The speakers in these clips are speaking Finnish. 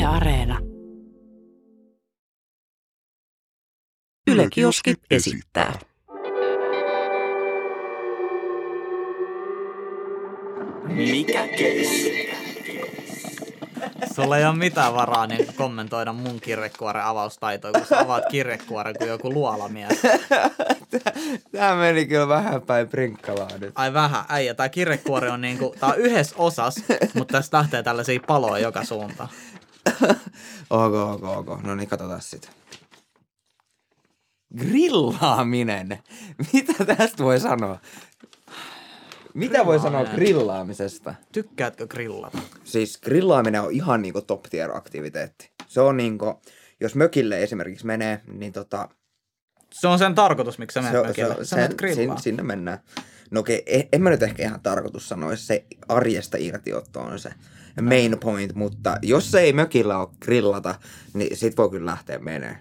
Areena. Yle Kioski esittää. Mikä keissi? Sulla ei ole mitään varaa niin kommentoida mun kirjekuoren avaustaitoja, kun sä avaat kirjekuoren kuin joku luolamies. Tää meni kyllä vähän päin prinkkalaa nyt. Ai vähän, äijä. Tää kirjekuori on niinku, tää on yhdessä osas, mutta tästä lähtee tällaisia paloja joka suuntaan. Ok. No niin, katsotaan sitä. Grillaaminen. Mitä tästä voi sanoa? Mitä voi sanoa grillaamisesta? Tykkäätkö grillata? Siis grillaaminen on ihan niinku top tier aktiviteetti. Se on niinku, jos mökille esimerkiksi menee, niin Se on sen tarkoitus, miksi sä menet mökille. Sä menet grillaa. Sinne mennään. No okei, en mä nyt ehkä ihan tarkoitus sanoa, se arjesta irtiotto on se main point, mutta jos ei mökillä ole grillata, niin sit voi kyllä lähteä menee.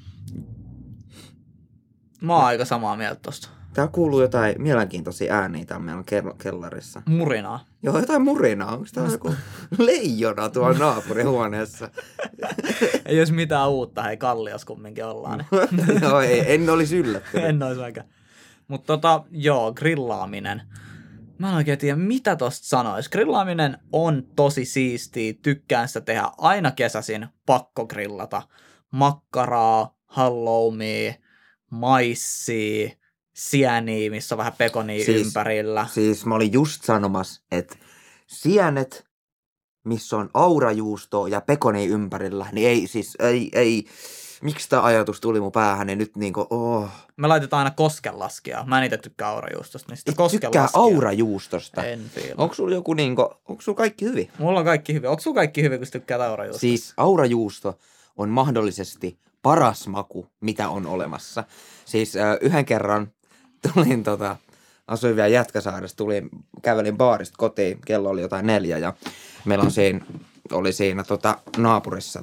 Mä oon aika samaa mieltä tosta. Täällä kuuluu jotain mielenkiintoisia ääniä täällä meillä kellarissa. Murinaa. Joo, jotain murinaa. Onko täällä joku leijona tuolla naapurihuoneessa? Ei olisi mitään uutta, hei Kallios kumminkin ollaan. Joo, en olisi yllättynyt. En olisi aika. Mutta joo, grillaaminen. Mä en oikein tiedä, mitä tosta sanois. Grillaaminen on tosi siistiä, tykkään sitä tehdä aina kesäisin, pakko grillata. Makkaraa, halloumia, maissia, sieniä, missä on vähän pekonia ympärillä. Siis mä olin just sanomassa, että sienet, missä on aurajuustoa ja pekonia ympärillä, niin ei. Miksi tämä ajatus tuli mun päähän, niin nyt niinku, Me laitetaan aina koskenlaskijaa. Mä en itse tykkää aurajuustosta. Niin tykkää aurajuustosta? En fiilaa. Onko sulla joku onko sulla kaikki hyvin? Mulla on kaikki hyvin. Onko sulla kaikki hyvin, kun sä tykkää aurajuustosta? Siis aurajuusto on mahdollisesti paras maku, mitä on olemassa. Siis yhden kerran tulin asuin vielä Jätkäsaaressa, kävelin baarista kotiin, kello oli jotain 4 ja meillä oli siinä naapurissa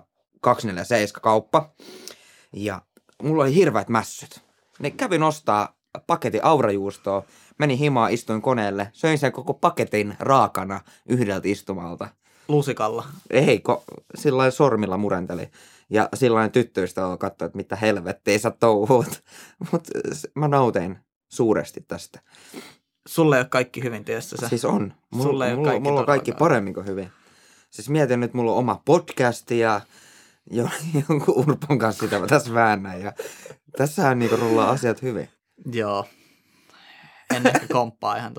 247 kauppa ja mulla oli hirveät mässyt. Ne kävin ostaa paketin aurajuustoa, menin himaan, istuin koneelle, söin sen koko paketin raakana yhdeltä istumalta. Lusikalla? Ei, sillain sormilla murenteli. Ja sillain tyttöystä katsoi, että mitä helvettiä sä touhuut. Mutta mä nautin suuresti tästä. Sulle ei ole kaikki hyvin, tiedätkö sä? Siis on. Mulla on kaikki paremmin kuin hyvin. Siis mietin nyt, mulla on oma podcast ja jonkun Urpon kanssa sitä mä tässä väännän. Ja tässähän niinku rullaa asiat hyvin. Joo. En ehkä komppaa ihan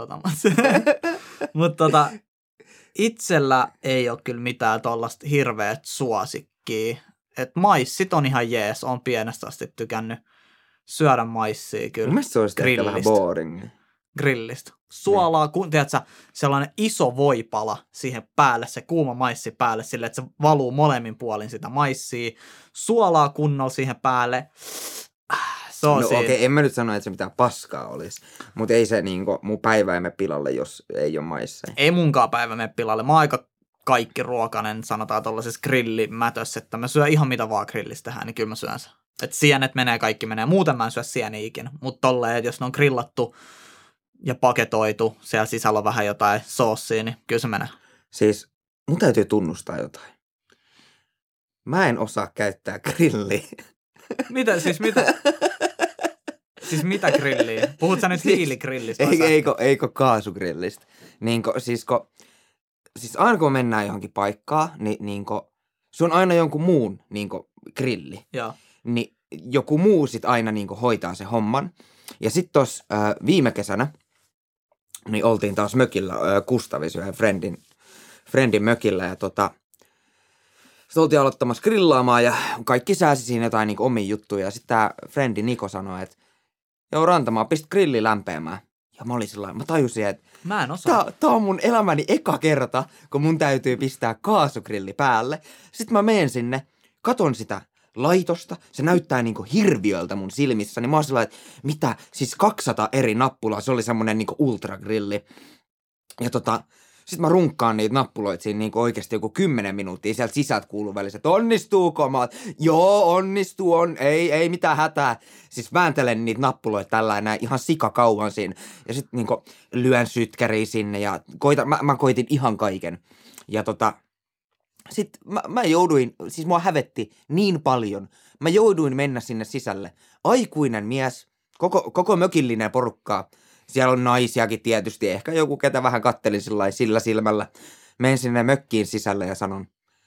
mutta itsellä ei ole kyllä mitään tollasta hirveät suosikkia. Että maissit on ihan jees, on pienestä asti tykännyt syödä maissia kyllä. Mielestäni se olisi ehkä vähän boring. Grillistä. Suolaa, tiedätkö, sellainen iso voipala siihen päälle, se kuuma maissi päälle, sille, että se valuu molemmin puolin sitä maissia. Suolaa kunnolla siihen päälle. Se on okei, en mä nyt sano, että se mitään paskaa olisi. Mutta ei se mun päivä ei mene pilalle, jos ei ole maisseja. Ei munkaan päivä mene pilalle. Mä oon aika kaikki ruokainen, sanotaan tuollaisessa grillimätössä, että mä syön ihan mitä vaan grillistä tehdään, niin kyllä mä syön se. Että sienet menee, kaikki menee. Muuten mä en syö sieniä ikinä. Mutta tolleen, että jos ne on grillattu ja paketoitu, siellä sisällä on vähän jotain soossia, niin kyllä se menee. Siis mun täytyy tunnustaa jotain. Mä en osaa käyttää grilliä. Mitä? Siis mitä grilliä? Puhut sä nyt hiiligrillistä? Eikö kaasugrillistä? Siis aina kun mennään johonkin paikkaan, niin se on aina jonkun muun grilli. Joo. Niin joku muu sit aina hoitaa sen homman. Ja sit tossa viime kesänä, niin oltiin taas mökillä Kustavissa yhden friendin mökillä. Ja sit oltiin aloittamassa grillaamaan ja kaikki sääsi siinä jotain omia juttuja. Ja sit tää friendi Niko sanoi, että joo Rantamaa, pistä grilli lämpeämään. Ja mä olin sellainen, mä tajusin, että mä en osaa. Tää on mun elämäni eka kerta, kun mun täytyy pistää kaasugrilli päälle. Sitten mä menen sinne, katon sitä laitosta, se näyttää hirviöltä mun silmissä. Niin mä oon sellainen, että mitä, siis 200 eri nappulaa, se oli semmonen ultragrilli. Ja sit mä runkkaan niitä nappuloita siinä oikeesti joku 10 minuuttia. Sieltä sisältä kuuluu välissä, että onnistuuko? Mä oon, joo, onnistuu, ei mitään hätää. Siis vääntelen niitä nappuloita tällä ihan sikakauan siinä. Ja sit lyön sytkäriä sinne ja mä koitin ihan kaiken. Ja Sitten mä jouduin, siis mua hävetti niin paljon. Mä jouduin mennä sinne sisälle. Aikuinen mies, koko mökillinen porukkaa. Siellä on naisiakin tietysti, ehkä joku ketä vähän katteli sillä silmällä. Menen sinne mökkiin sisälle ja sanon,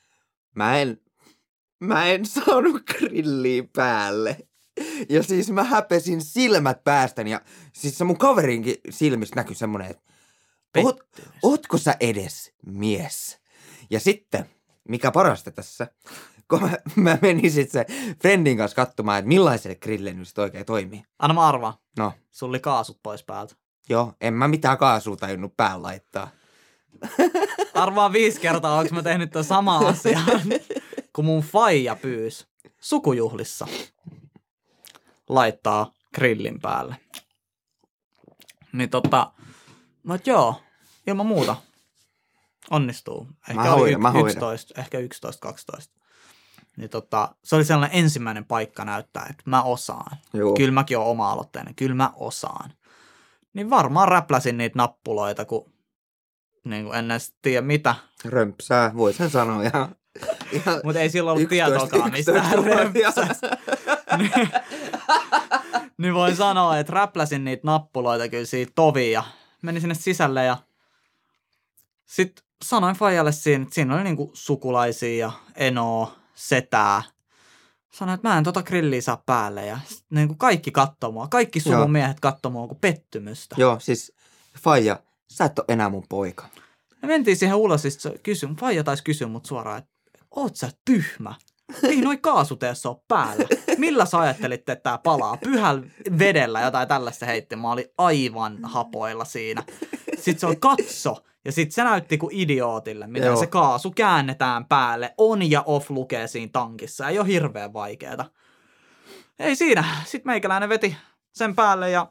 mä en saanut grilliä päälle. Ja siis mä häpesin silmät päästäni ja siis se mun kaverinkin silmistä näkyi semmonen, että ootko sä edes mies? Ja sitten, mikä parasta tässä, kun mä menin sitten se friendin kanssa katsomaan, että millaiselle grille nyt sit oikein toimii. Anna mä arvaan. No. Sulla oli kaasut pois päältä. Joo, en mä mitään kaasua tajunnut päällä laittaa. Arvaa 5 kertaa, onko mä tehnyt tämän sama asian, kun mun faija pyysi sukujuhlissa laittaa grillin päälle. Niin no joo, ilman muuta onnistuu. Ehkä oli 11, ehkä 11-12. Niin se oli sellainen ensimmäinen paikka näyttää, että mä osaan. Joo. Kyllä mäkin oon oma-aloitteinen, kyllä mä osaan. Niin varmaan räpläsin niitä nappuloita, kun niin kuin en edes tiedä mitä. Römpsää, voi sen sanoa. Mutta ei silloin ollut tietoakaan mistään römpsästä. Niin voin sanoa, että räpläsin niitä nappuloita kyllä siitä toviin ja menin sinne sisälle ja sitten sanoin faijalle siinä, että siinä oli niinku sukulaisia ja enoa, setää. Sanoin, että mä en grilliä saa päälle ja niinku kaikki kattoo mua, kaikki suvun miehet kattoo mua kuin pettymystä. Joo, siis faija, sä et ole enää mun poika. Me mentiin siihen ulos, siis faija taisi kysyä mut suoraan, että oot sä tyhmä? Ei noi kaasut edes ole päällä. Millä sä ajattelitte, että tää palaa? Pyhällä vedellä jotain tällaista heitti. Mä olin aivan hapoilla siinä. Sitten se on katso. Ja sitten se näytti kuin idiootille, miten se kaasu käännetään päälle. On ja off lukee siinä tankissa. Ei ole hirveän vaikeeta. Ei siinä. Sitten meikäläinen veti sen päälle ja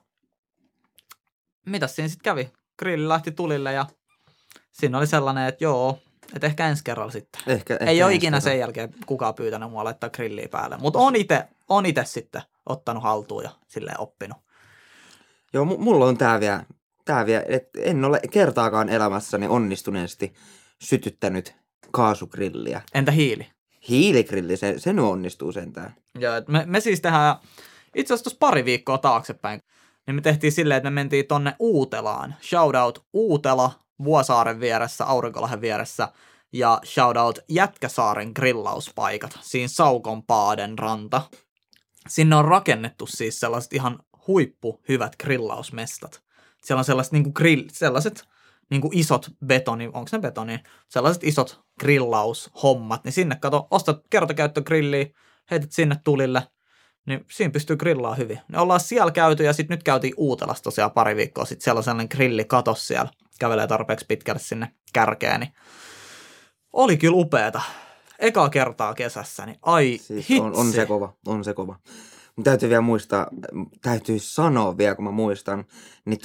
mitäs siinä sitten kävi? Grilli lähti tulille ja siinä oli sellainen, että joo, että ehkä ensi kerralla sitten. Ehkä ei ole ikinä sen jälkeen kukaan pyytänyt mua laittaa grilliä päälle, mutta on itse sitten ottanut haltuun ja silleen oppinut. Joo, mulla on tää vielä, että en ole kertaakaan elämässäni onnistuneesti sytyttänyt kaasugrilliä. Entä hiili? Hiiligrilli, se nyt onnistuu sentään. Joo, me siis tehdään, itse asiassa tuossa pari viikkoa taaksepäin, niin me tehtiin silleen, että me mentiin tonne Uutelaan. Shoutout Uutela, Vuosaaren vieressä, Aurinkolahden vieressä ja shoutout Jätkäsaaren grillauspaikat, siinä Saukonpaaden ranta. Sinne on rakennettu siis sellaiset ihan huippuhyvät grillausmestat. Siellä on sellaiset sellaiset isot betoni, onko ne betoni? Sellaiset isot grillaushommat, niin sinne kato, ostat kertakäyttögrilliä, heität sinne tulille, niin siinä pystyy grillaamaan hyvin. Ne ollaan siellä käyty ja sitten nyt käytiin Uutelassa tosiaan pari viikkoa sitten. Siellä on sellainen grillikatos siellä. Kävelee tarpeeksi pitkälle sinne kärkeen, niin oli kyllä upeeta. Ekaa kertaa kesässä, niin ai siis hitsi. On se kova. Mutta täytyy vielä muistaa, täytyy sanoa vielä, kun mä muistan, niin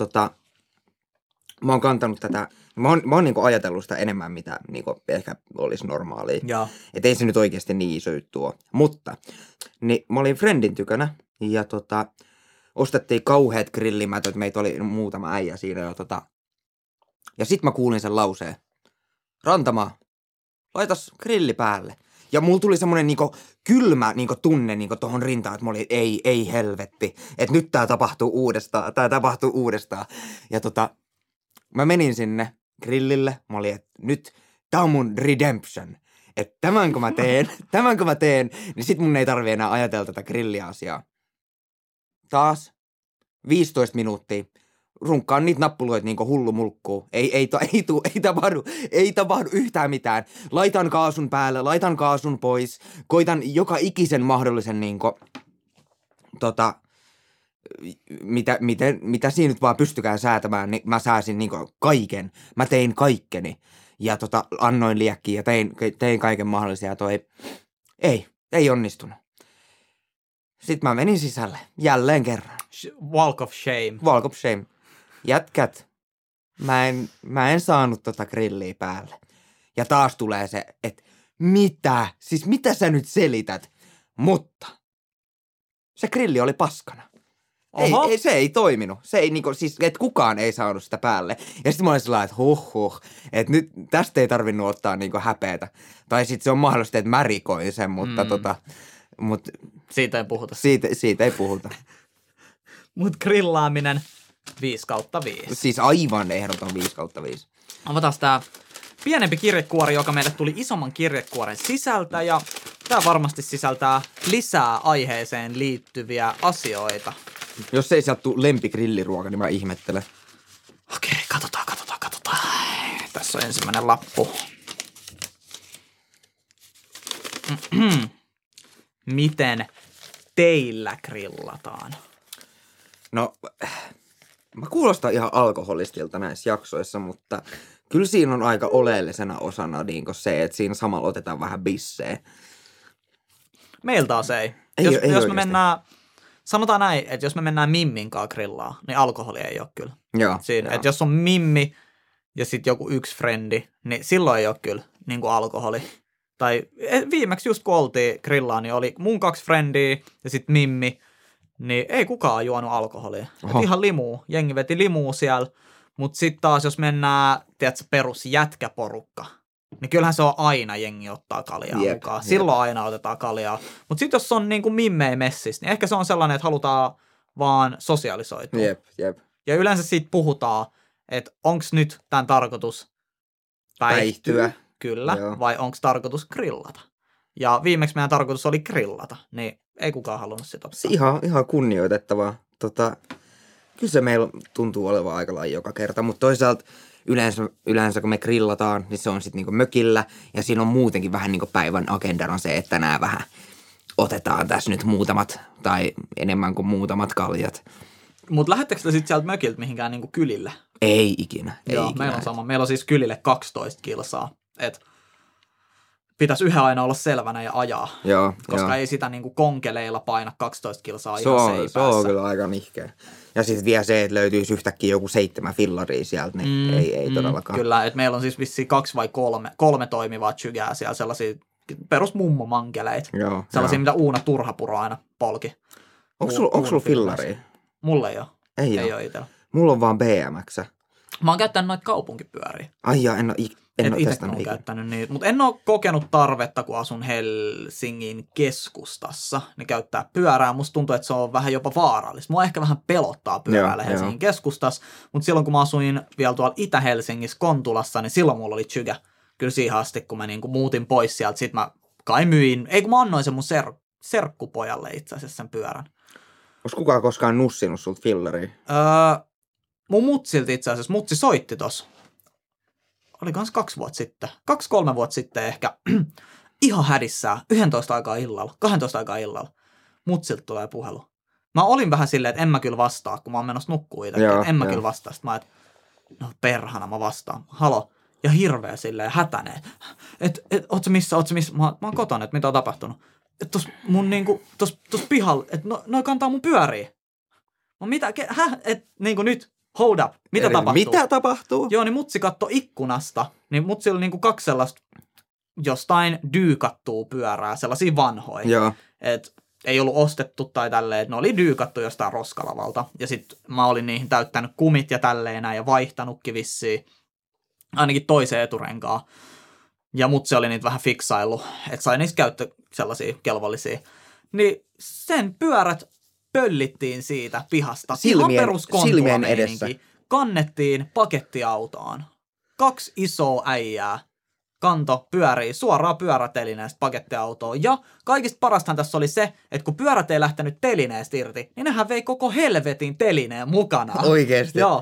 mä oon kantanut tätä, mä oon niinku ajatellut sitä enemmän, mitä niinku ehkä olisi normaalia. Että ei se nyt oikeasti niin iso juttu ole. Mutta, niin mä olin friendin tykönä ja ostettiin kauheat grillimätöt, meitä oli muutama äijä siinä ja sit mä kuulin sen lauseen. Rantamaa, laitas grilli päälle. Ja mulla tuli semmonen kylmä tunne tohon rintaan, että mä olin, ei helvetti. Että nyt tää tapahtuu uudestaan. Ja mä menin sinne grillille. Mä olin, että nyt tää on mun redemption. Että tämän kun mä teen, niin sit mun ei tarvi enää ajatella tätä grilliasiaa. Taas 15 minuuttia. Runkkaan niitä nappuloita hullu mulkkuu. Ei tapahdu yhtään mitään. Laitan kaasun päälle, laitan kaasun pois. Koitan joka ikisen mahdollisen mitä siinä nyt vaan pystykään säätämään, niin mä sääsin kaiken. Mä tein kaikkeni. Ja annoin liekkiä ja tein kaiken mahdollisia ja ei onnistunut. Sitten mä menin sisälle jälleen kerran. Walk of shame. Walk of shame. Jätkät, mä en saanut grilliä päälle. Ja taas tulee se, että mitä? Siis mitä sä nyt selität? Mutta se grilli oli paskana. Ei, se ei toiminut. Se ei niinku, siis, että kukaan ei saanut sitä päälle. Ja sitten mä olin sellainen, että että nyt tästä ei tarvinnut ottaa niinku häpeätä. Tai sitten se on mahdollista, että mä rikoin sen, mutta Siitä ei puhuta. Siitä ei puhuta. Mut grillaaminen 5/5. Siis aivan ehdoton 5/5. Avataan tää pienempi kirjekuori, joka meille tuli isomman kirjekuoren sisältä, ja tää varmasti sisältää lisää aiheeseen liittyviä asioita. Jos ei sieltä tule lempigrilliruoka, niin mä ihmettelen. Okei, katsotaan. Tässä on ensimmäinen lappu. Miten teillä grillataan? No, mä kuulostan ihan alkoholistilta näissä jaksoissa, mutta kyllä siinä on aika oleellisena osana niin se, että siinä samalla otetaan vähän bissejä. Meillä taas ei. Jos me mennään, sanotaan näin, että jos me mennään mimminkaan grillaa, niin alkoholi ei ole kyllä. Joo. Että jos on mimmi ja sitten joku yksi frendi, niin silloin ei ole kyllä niin kuin alkoholi. Tai viimeksi just kun oltiin grillaan, niin oli mun 2 frendiä ja sitten mimmi, niin ei kukaan juonut alkoholia. Et ihan limuu, jengi veti limuu siellä, mutta sitten taas jos mennään, tiedätkö, perus jätkäporukka, niin kyllähän se on aina jengi ottaa kaljaa mukaan. Silloin aina otetaan kaljaa. Mutta sitten jos on niin kuin mimmei messissä, niin ehkä se on sellainen, että halutaan vaan sosiaalisoitua. Jep. Ja yleensä siitä puhutaan, että onko nyt tämän tarkoitus päihtyä. Kyllä, joo. Vai onko tarkoitus grillata? Ja viimeksi meidän tarkoitus oli grillata, niin ei kukaan halunnut sitä ottaa. Ihan kunnioitettavaa. Kyllä se meillä tuntuu olevan aika lailla joka kerta, mutta toisaalta yleensä kun me grillataan, niin se on sitten niinku mökillä ja siinä on muutenkin vähän niinku päivän agendana se, että tänään vähän otetaan tässä nyt muutamat tai enemmän kuin muutamat kaljat. Mutta lähettekö te sitten sieltä mökiltä mihinkään niinku kylille? Ei ikinä. Meillä on sama. Meillä on siis kylille 12 kilsaa. Et pitäisi yhä aina olla selvänä ja ajaa. Joo, koska ei sitä niinku konkeleilla paina 12 kilsaa ihan seipäässä. Se on kyllä aika nihkeä. Ja sitten vielä se, että löytyisi yhtäkkiä joku 7 fillaria sieltä, niin ei todellakaan. Kyllä, että meillä on siis vissiin 2 vai 3 toimivaa chygää siellä, sellaisia perus mummomankeleita. Sellaisia, mitä Uuna Turhapuro aina polki. Onko sulla fillaria? Mulla ei ole. Ei ole itsellä. Mulla on vaan BMX. Mä oon käyttänyt noita kaupunkipyöriä. Ai ja en ole testannut käyttänyt niitä, mutta en ole kokenut tarvetta, kun asun Helsingin keskustassa, niin käyttää pyörää. Musta tuntuu, että se on vähän jopa vaarallista. Mua ehkä vähän pelottaa pyöräillä Helsingin keskustassa, mutta silloin kun mä asuin vielä tuolla Itä-Helsingissä Kontulassa, niin silloin mulla oli chygä. Kyllä siihen asti, kun mä niinku muutin pois sieltä, sit mä kai myin, kun mä annoin sen mun serkkupojalle itse asiassa sen pyörän. Onko kukaan koskaan nussinut sulta fillaria? Mun mutsilta itse asiassa, mutsi soitti tossa. Oli kans 2 vuotta sitten, 2-3 vuotta sitten ehkä, ihan hädissään, 11 aikaa illalla, 12 aikaa illalla. Mutsilta tulee puhelu. Mä olin vähän silleen, että en mä kyllä vastaa, kun mä oon menossa nukkuu itsekin, että en mä kyllä vastaa. Sitten mä et, no perhana mä vastaan, halo. Ja hirveä silleen hätäneen, että ootko missä, mä oon kotona, että mitä on tapahtunut. Että tos mun niinku, tos pihalla, että noi kantaa mun pyöriä. No mitä, että niinku nyt, hold up, mitä tapahtuu? Mitä tapahtuu? Joo, niin mutsi katto ikkunasta, niin mutsi oli niinku 2 sellaista jostain dyykattua pyörää, sellaisia vanhoja. Joo. Et ei ollut ostettu tai tälleen, että ne oli dyykattu jostain roskalavalta. Ja sit mä olin niihin täyttänyt kumit ja tälleen näin ja vaihtanutkin vissiin. Ainakin toiseen eturenkaan. Ja mutsi oli niitä vähän fiksaillut, että sai niistä käyttää sellaisia kelvollisia. Niin sen pyörät pöllittiin siitä pihasta. Silmien edessä. Kannettiin pakettiautoon. 2 isoa äijää kanto pyörii suoraan pyörätelineestä pakettiautoon. Ja kaikista parastahan tässä oli se, että kun pyörät ei lähtenyt telineestä irti, niin nehän vei koko helvetin telineen mukana. Oikeesti? Joo,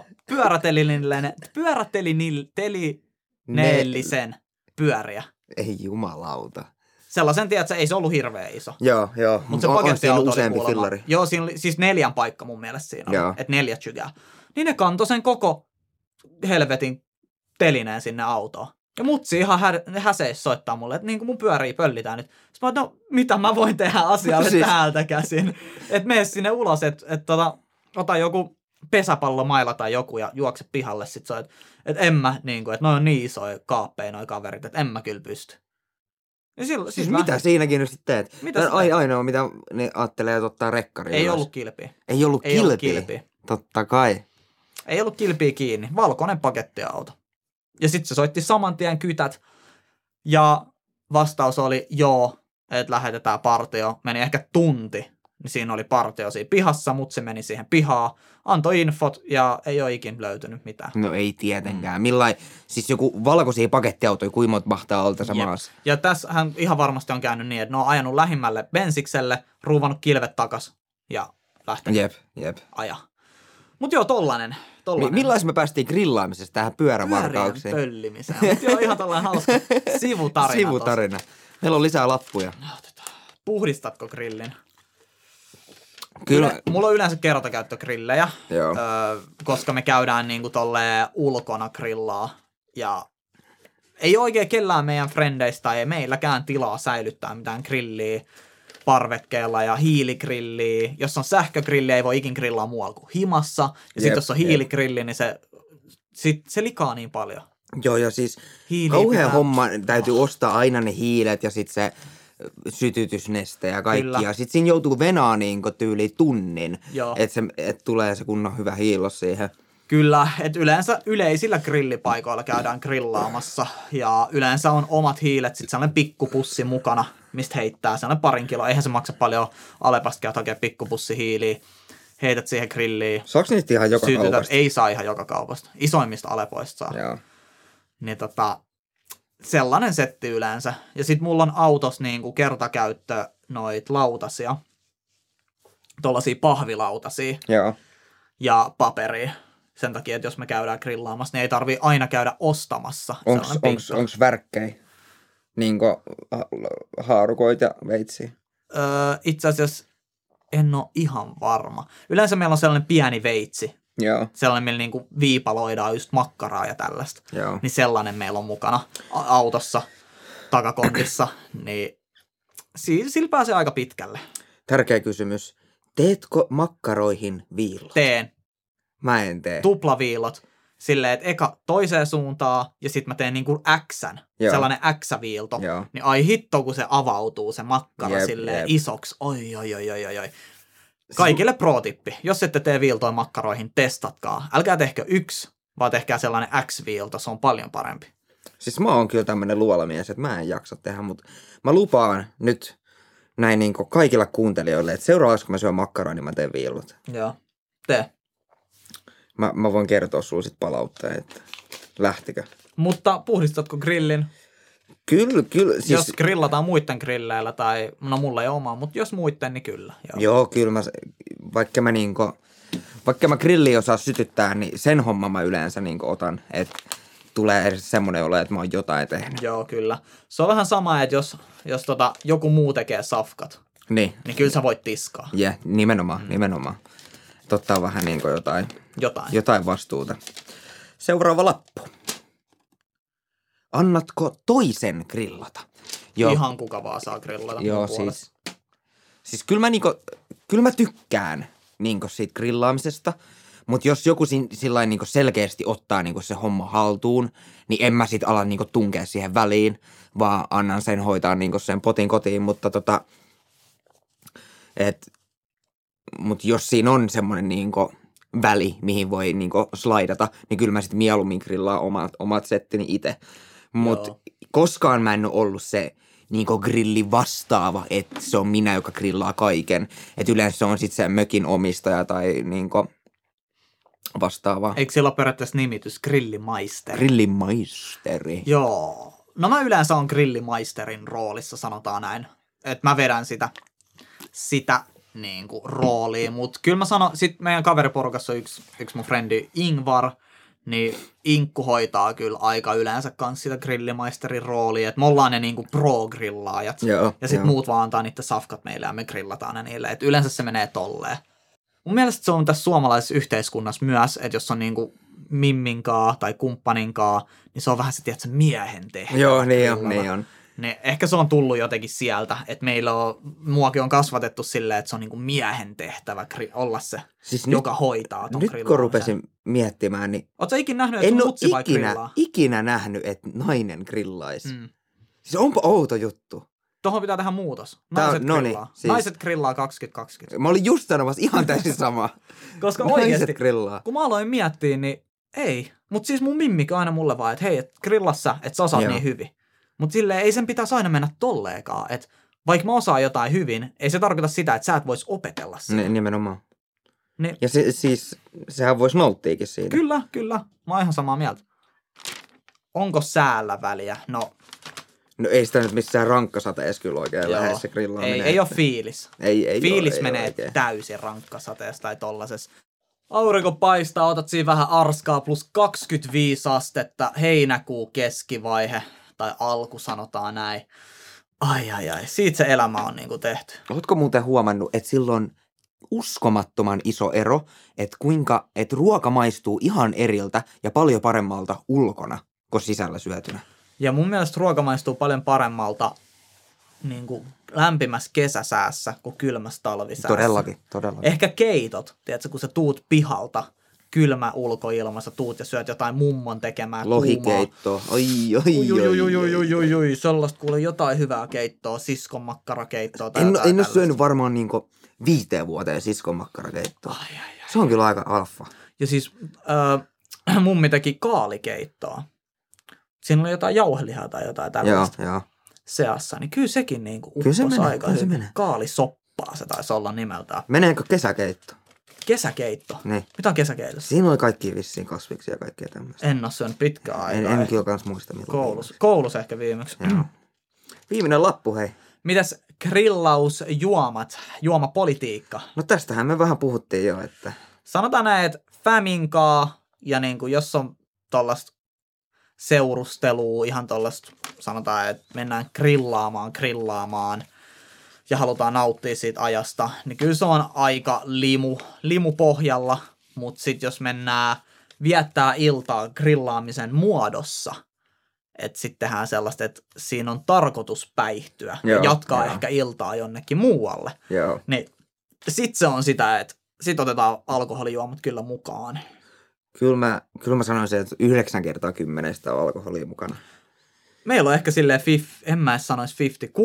pyörätelineellisen pyöriä. Ei jumalauta. Sellaisen, tiedätkö, ei se ollut hirveän iso. Joo. Mutta se pakettiauto oli useampi fillari. Joo, siinä oli siis 4 paikka mun mielestä siinä oli. Että 4 chygää. Niin ne kantoi sen koko helvetin telineen sinne autoon. Ja mutsi ihan häseis soittaa mulle, että niin kuin mun pyörii pöllitään nyt. Sitten mä no mitä mä voin tehdä asialle täältä käsin. Että mene sinne ulos, että ota joku pesäpallomaila tai joku ja juokse pihalle. Sitten soit, että en mä, niin kuin, että noi on niin isoja kaappeja noi kaverit, että en mä kyllä pysty. Ja Siis mitä siinäkin nyt sitten teet? Mitä Tämä on ainoa, mitä ne ajattelee, että ottaa rekkari Ei ylös. ollut kilpiä. Ei ollut Ei ollut kilpiä. kilpiä. Totta kai. Ei ollut kilpiä kiinni. Valkoinen pakettiauto. Ja sitten se soitti saman tien kytät. Ja vastaus oli joo, että lähetetään partio. Meni ehkä tunti. Niin siinä oli partio siinä pihassa, mutta se meni siihen pihaan. Antoi infot ja ei ole ikin löytynyt mitään. No ei tietenkään. Siis joku valkoisia pakettiautoja, kuinka monta mahtaa olla tässä maassa. Ja tässähän ihan varmasti on käynyt niin, että ne on ajanut lähimmälle bensikselle, ruuvannut kilvet takas ja lähtenyt Jep. ajaa. Mut joo, tollanen. Millaisen me päästiin grillaamisesta tähän pyörävarkaukseen? Pyörien pöllimiseen. Mut joo, ihan tällainen hauska sivutarina. Meillä on lisää lappuja. Puhdistatko grillin? Kyllä. Mulla on yleensä kertakäyttögrillejä, Joo. koska me käydään niinku tolleen ulkona grillaa. Ja ei oikein kellään meidän frendeistä, ei meilläkään tilaa säilyttää mitään grilliä parvekkeella ja hiiligrilliä. Jos on sähkögrilli, ei voi ikin grillaa muualla kuin himassa. Ja sitten jos on hiiligrilli, niin se likaa niin paljon. Joo, ja siis Hiili kauhean pitää- homma, täytyy ostaa aina ne hiilet ja sitten se sytytysneste ja kaikki. Kyllä. Ja sitten siinä joutuu venaa niinku tyyliin tunnin, Joo. että tulee se kunnon hyvä hiillos siihen. Kyllä, että yleensä yleisillä grillipaikoilla käydään grillaamassa ja yleensä on omat hiilet, sitten sellainen pikkupussi mukana, mistä heittää sellainen 2 kiloa. Eihän se maksa paljon Alepasta käydä hakea pikkupussi hiiliä, heität siihen grilliin. Saako niitä ihan joka kaupasta? Ei saa ihan joka kaupasta, isoimmista Alepoista saa. Joo. Niin sellainen setti yleensä. Ja sitten mulla on autossa niinku kertakäyttö noit lautasia, tuollaisia pahvilautasia Joo. ja paperia. Sen takia, että jos me käydään grillaamassa, niin ei tarvii aina käydä ostamassa. Onks värkkejä? Niinku haarukoit ja veitsiä? Itse asiassa en ole ihan varma. Yleensä meillä on sellainen pieni veitsi. Joo. Sellainen, millä niinku viipaloidaan just makkaraa ja tällaista. Joo. Niin sellainen meillä on mukana autossa, takakontissa. Niin sillä pääsee aika pitkälle. Tärkeä kysymys. Teetkö makkaroihin viilot? Teen Mä en tee. tuplaviilot silleen, että eka toiseen suuntaan ja sitten mä teen niinku X:n, Joo. sellainen X-viilto. Joo. Niin ai hitto, kun se avautuu se makkara Jep, silleen jep. isoksi. Oi. Kaikille pro-tippi. Jos ette tee viiltoja makkaroihin, testatkaa. Älkää tehkö yksi, vaan tehkää sellainen X-viilto, se on paljon parempi. Siis mä oon kyllä tämmönen luolamies, että mä en jaksa tehdä, mutta mä lupaan nyt näin niin kaikilla kuuntelijoille, että seuraavaksi kun mä syön makkaraa, niin mä teen viilot. Joo. Tee. Mä voin kertoa sulle sit palautteen, että lähtikö. Mutta puhdistatko grillin? Kyllä. Siis... Jos grillataan muiden grilleillä tai, no mulla ei ole omaa, mutta jos muiden, niin kyllä. Joo, kyllä vaikka mä grilli osaa sytyttää, niin sen homman mä yleensä otan, että tulee edes semmoinen olo, että mä oon jotain tehnyt. Joo, kyllä. Se on vähän sama, että jos joku muu tekee safkat, niin kyllä sä voit tiskaa. Nimenomaan. Ottaa vähän jotain vastuuta. Seuraava lappu. Annatko toisen grillata? Joo. Ihan kuka vaan saa grillata. Joo, siis kyllä mä tykkään siitä grillaamisesta, mutta jos joku sillain selkeästi ottaa se homma haltuun, niin en mä sit ala tunkea siihen väliin, vaan annan sen hoitaa sen potin kotiin, mutta mut jos siinä on semmoinen väli, mihin voi slaidata, niin kyllä mä sit mieluummin grillaan omat settini itse. Mut koskaan mä en ole ollut se grilli vastaava, että se on minä, joka grillaa kaiken. Että yleensä se on sitten se mökin omistaja tai vastaava. Eikö sillä ole periaatteessa nimitys grillimaisteri? Grillimaisteri. Joo. No mä yleensä on grillimaisterin roolissa, sanotaan näin. Että mä vedän sitä roolia, mutta kyllä mä sanon, sit meidän kaveriporukassa on yksi mun frendi Ingvar, niin Inkku hoitaa kyllä aika yleensä kans sitä grillimaisterin roolia, että me ollaan ne pro-grillaajat. Joo, ja sit muut vaan antaa niitä safkat meille ja me grillataan ne niille, että yleensä se menee tolleen. Mun mielestä se on tässä suomalaisessa yhteiskunnassa myös, että jos on mimminkaa tai kumppaninkaa, niin se on vähän se, tiedätkö, miehen tehtävä. Joo, niin on. Niin ehkä se on tullut jotenkin sieltä, että muakin on kasvatettu silleen, että se on miehen tehtävä olla se, siis joka hoitaa ton grillaamisen. Nyt kun rupesin miettimään, niin ootko sä ikinä nähnyt, että sun mutsi vai grillaa? En ole ikinä nähnyt, että nainen grillaisi. Siis onpa outo juttu. Tuohon pitää tehdä muutos. Naiset grillaa. Siis... Naiset grillaa 2020. Mä olin just sanomassa ihan täysin sama. Koska Naiset oikeesti, grillaa. kun mä aloin miettiä, niin ei. Mut siis mun mimmikö aina mulle vaan, että hei, et grillassa, että sä osaat niin hyvin. Mut silleen ei sen pitäisi aina mennä tolleekaan, että vaikka mä osaan jotain hyvin, ei se tarkoita sitä, että sä et vois opetella sitä. Nimenomaan. Niin. Ja siis sehän voisi nauttiikin siitä. Kyllä. Mä oon ihan samaa mieltä. Onko säällä väliä? No ei sitä nyt missään rankkasateessa kyllä oikein lähes se grillaaminen. Ei ole fiilis. Ei fiilis menee oikein täysin rankkasateessa tai tollasessa. Aurinko paistaa, otat siinä vähän arskaa plus 25 astetta, heinäkuu keskivaihe, tai alku sanotaan näin. Ai, siitä se elämä on niinku tehty. Ootko muuten huomannut, että silloin uskomattoman iso ero, että että ruoka maistuu ihan eriltä ja paljon paremmalta ulkona kuin sisällä syötynä? Ja mun mielestä ruoka maistuu paljon paremmalta niinku lämpimässä kesäsäässä kuin kylmässä talvisäässä. Todellakin. Ehkä keitot, tiedätkö, kun sä tuut pihalta, kylmä ulkoilma, sä tuut ja syöt jotain mummon tekemää lohikeittoa. Oi, sellaista kuule jotain hyvää keittoa, siskonmakkarakeittoa. En ole syönyt varmaan niinku 5 vuoteen siskonmakkarakeittoa. Se on kyllä aika alfa. Ja siis mummi teki kaalikeittoa. Siinä oli jotain jauhelihaa tai jotain tällaista. Joo. Seassa, niin kyllä sekin niinku upposi aika hyvin. Kaalisoppaa se taisi olla nimeltään. Meneekö kesäkeitto? Kesäkeitto? Niin. Mitä on kesäkeitossa? Siinä oli kaikkia vissiin kasviksia ja kaikkea tämmöistä. En ole syönyt pitkään aikaa. En kyllä kans muista milloin. Koulussa ehkä viimeksi. Joo. Viimeinen lappu, hei. Mitäs grillausjuomat, juomapolitiikka? No tästähän me vähän puhuttiin jo, että... Sanotaan näin, että faminkaa ja niinku, jos on tollaista seurustelua, ihan tollaista, sanotaan, että mennään grillaamaan ja halutaan nauttia siitä ajasta, niin kyllä se on aika limupohjalla, mutta sitten jos mennään viettää iltaa grillaamisen muodossa, että sitten tehdään sellaista, että siinä on tarkoitus päihtyä ja jatkaa ehkä iltaa jonnekin muualle, niin sitten se on sitä, että sitten otetaan alkoholijuomat kyllä mukaan. Kyllä mä sanoisin, että 9 kertaa 10 on alkoholia mukana. Meillä on ehkä silleen, en mä edes sanoisi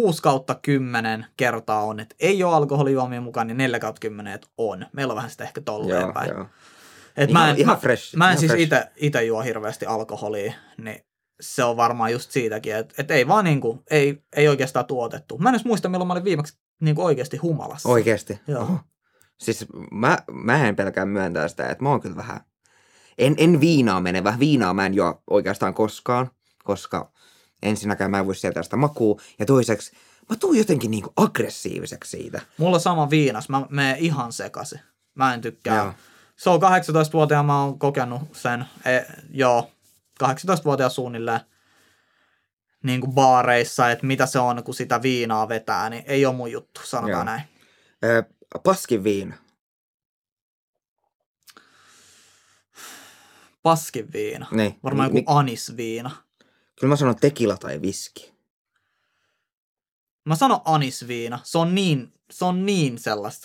6/10 kertaa on, että ei ole alkoholijuomia mukaan, niin 4/10 että on. Meillä on vähän sitä ehkä tolleen päin. Joo. Ihan fresh. Mä en siis itse juo hirveästi alkoholia, niin se on varmaan just siitäkin, että ei vaan niinku, ei oikeastaan tuotettu. Mä en edes muista, milloin mä olin viimeksi niinku oikeasti humalassa. Oikeasti? Joo. Oho. Siis mä en pelkää myöntää sitä, että mä oon kyllä vähän... En viinaa menevä. Viinaa mä en juo oikeastaan koskaan, koska ensinnäkään mä en voi sieltä sitä makua. Ja toiseksi mä tuun jotenkin niinku aggressiiviseksi siitä. Mulla on sama viinas. Mä menen ihan sekaisin. Mä en tykkää. Joo. Se on 18-vuotiaan mä oon kokenut sen. 18-vuotiaan suunnilleen niin kuin baareissa, että mitä se on, kun sitä viinaa vetää, niin ei ole mun juttu, sanotaan näin. Paskin viina. Paskin viina. Niin. Varmaan joku anisviina. Kyllä mä sanon tequila tai viski. Mä sanon anisviina. Se on niin sellaista.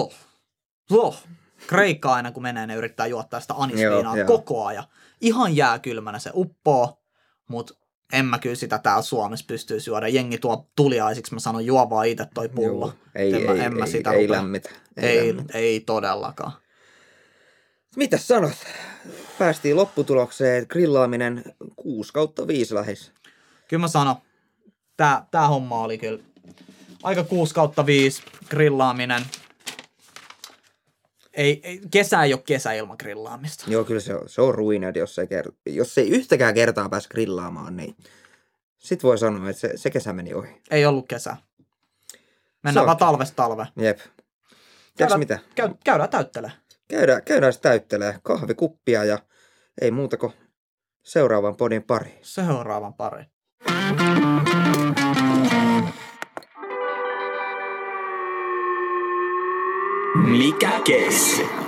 Kreikka aina kun menee, ne yrittää juottaa sitä anisviinaa koko ajan. Ihan jääkylmänä se uppoo, mutta en mä kyllä sitä täällä Suomessa pystyisi juoda. Jengi tuo tuliaisiksi, mä sanon juo vaan itse toi pullo. Ei lämmitä. Ei todellakaan. Mitäs sanot? Päästiin lopputulokseen, että grillaaminen 6/5 lähes. Kyllä mä sanon, tää homma oli kyllä aika 6/5 grillaaminen. Kesä ei ole kesä ilman grillaamista. Joo, kyllä se on ruined, jos ei yhtäkään kertaa pääse grillaamaan, niin sit voi sanoa, että se kesä meni ohi. Ei ollut kesä. Mennään vaan talvesta talve. Jep. Mitä? Käydään täyttelee. Käydään täyttelee kahvikuppia ja ei muuta kuin seuraavan podin pari. Seuraavan pari. Mikä keissi?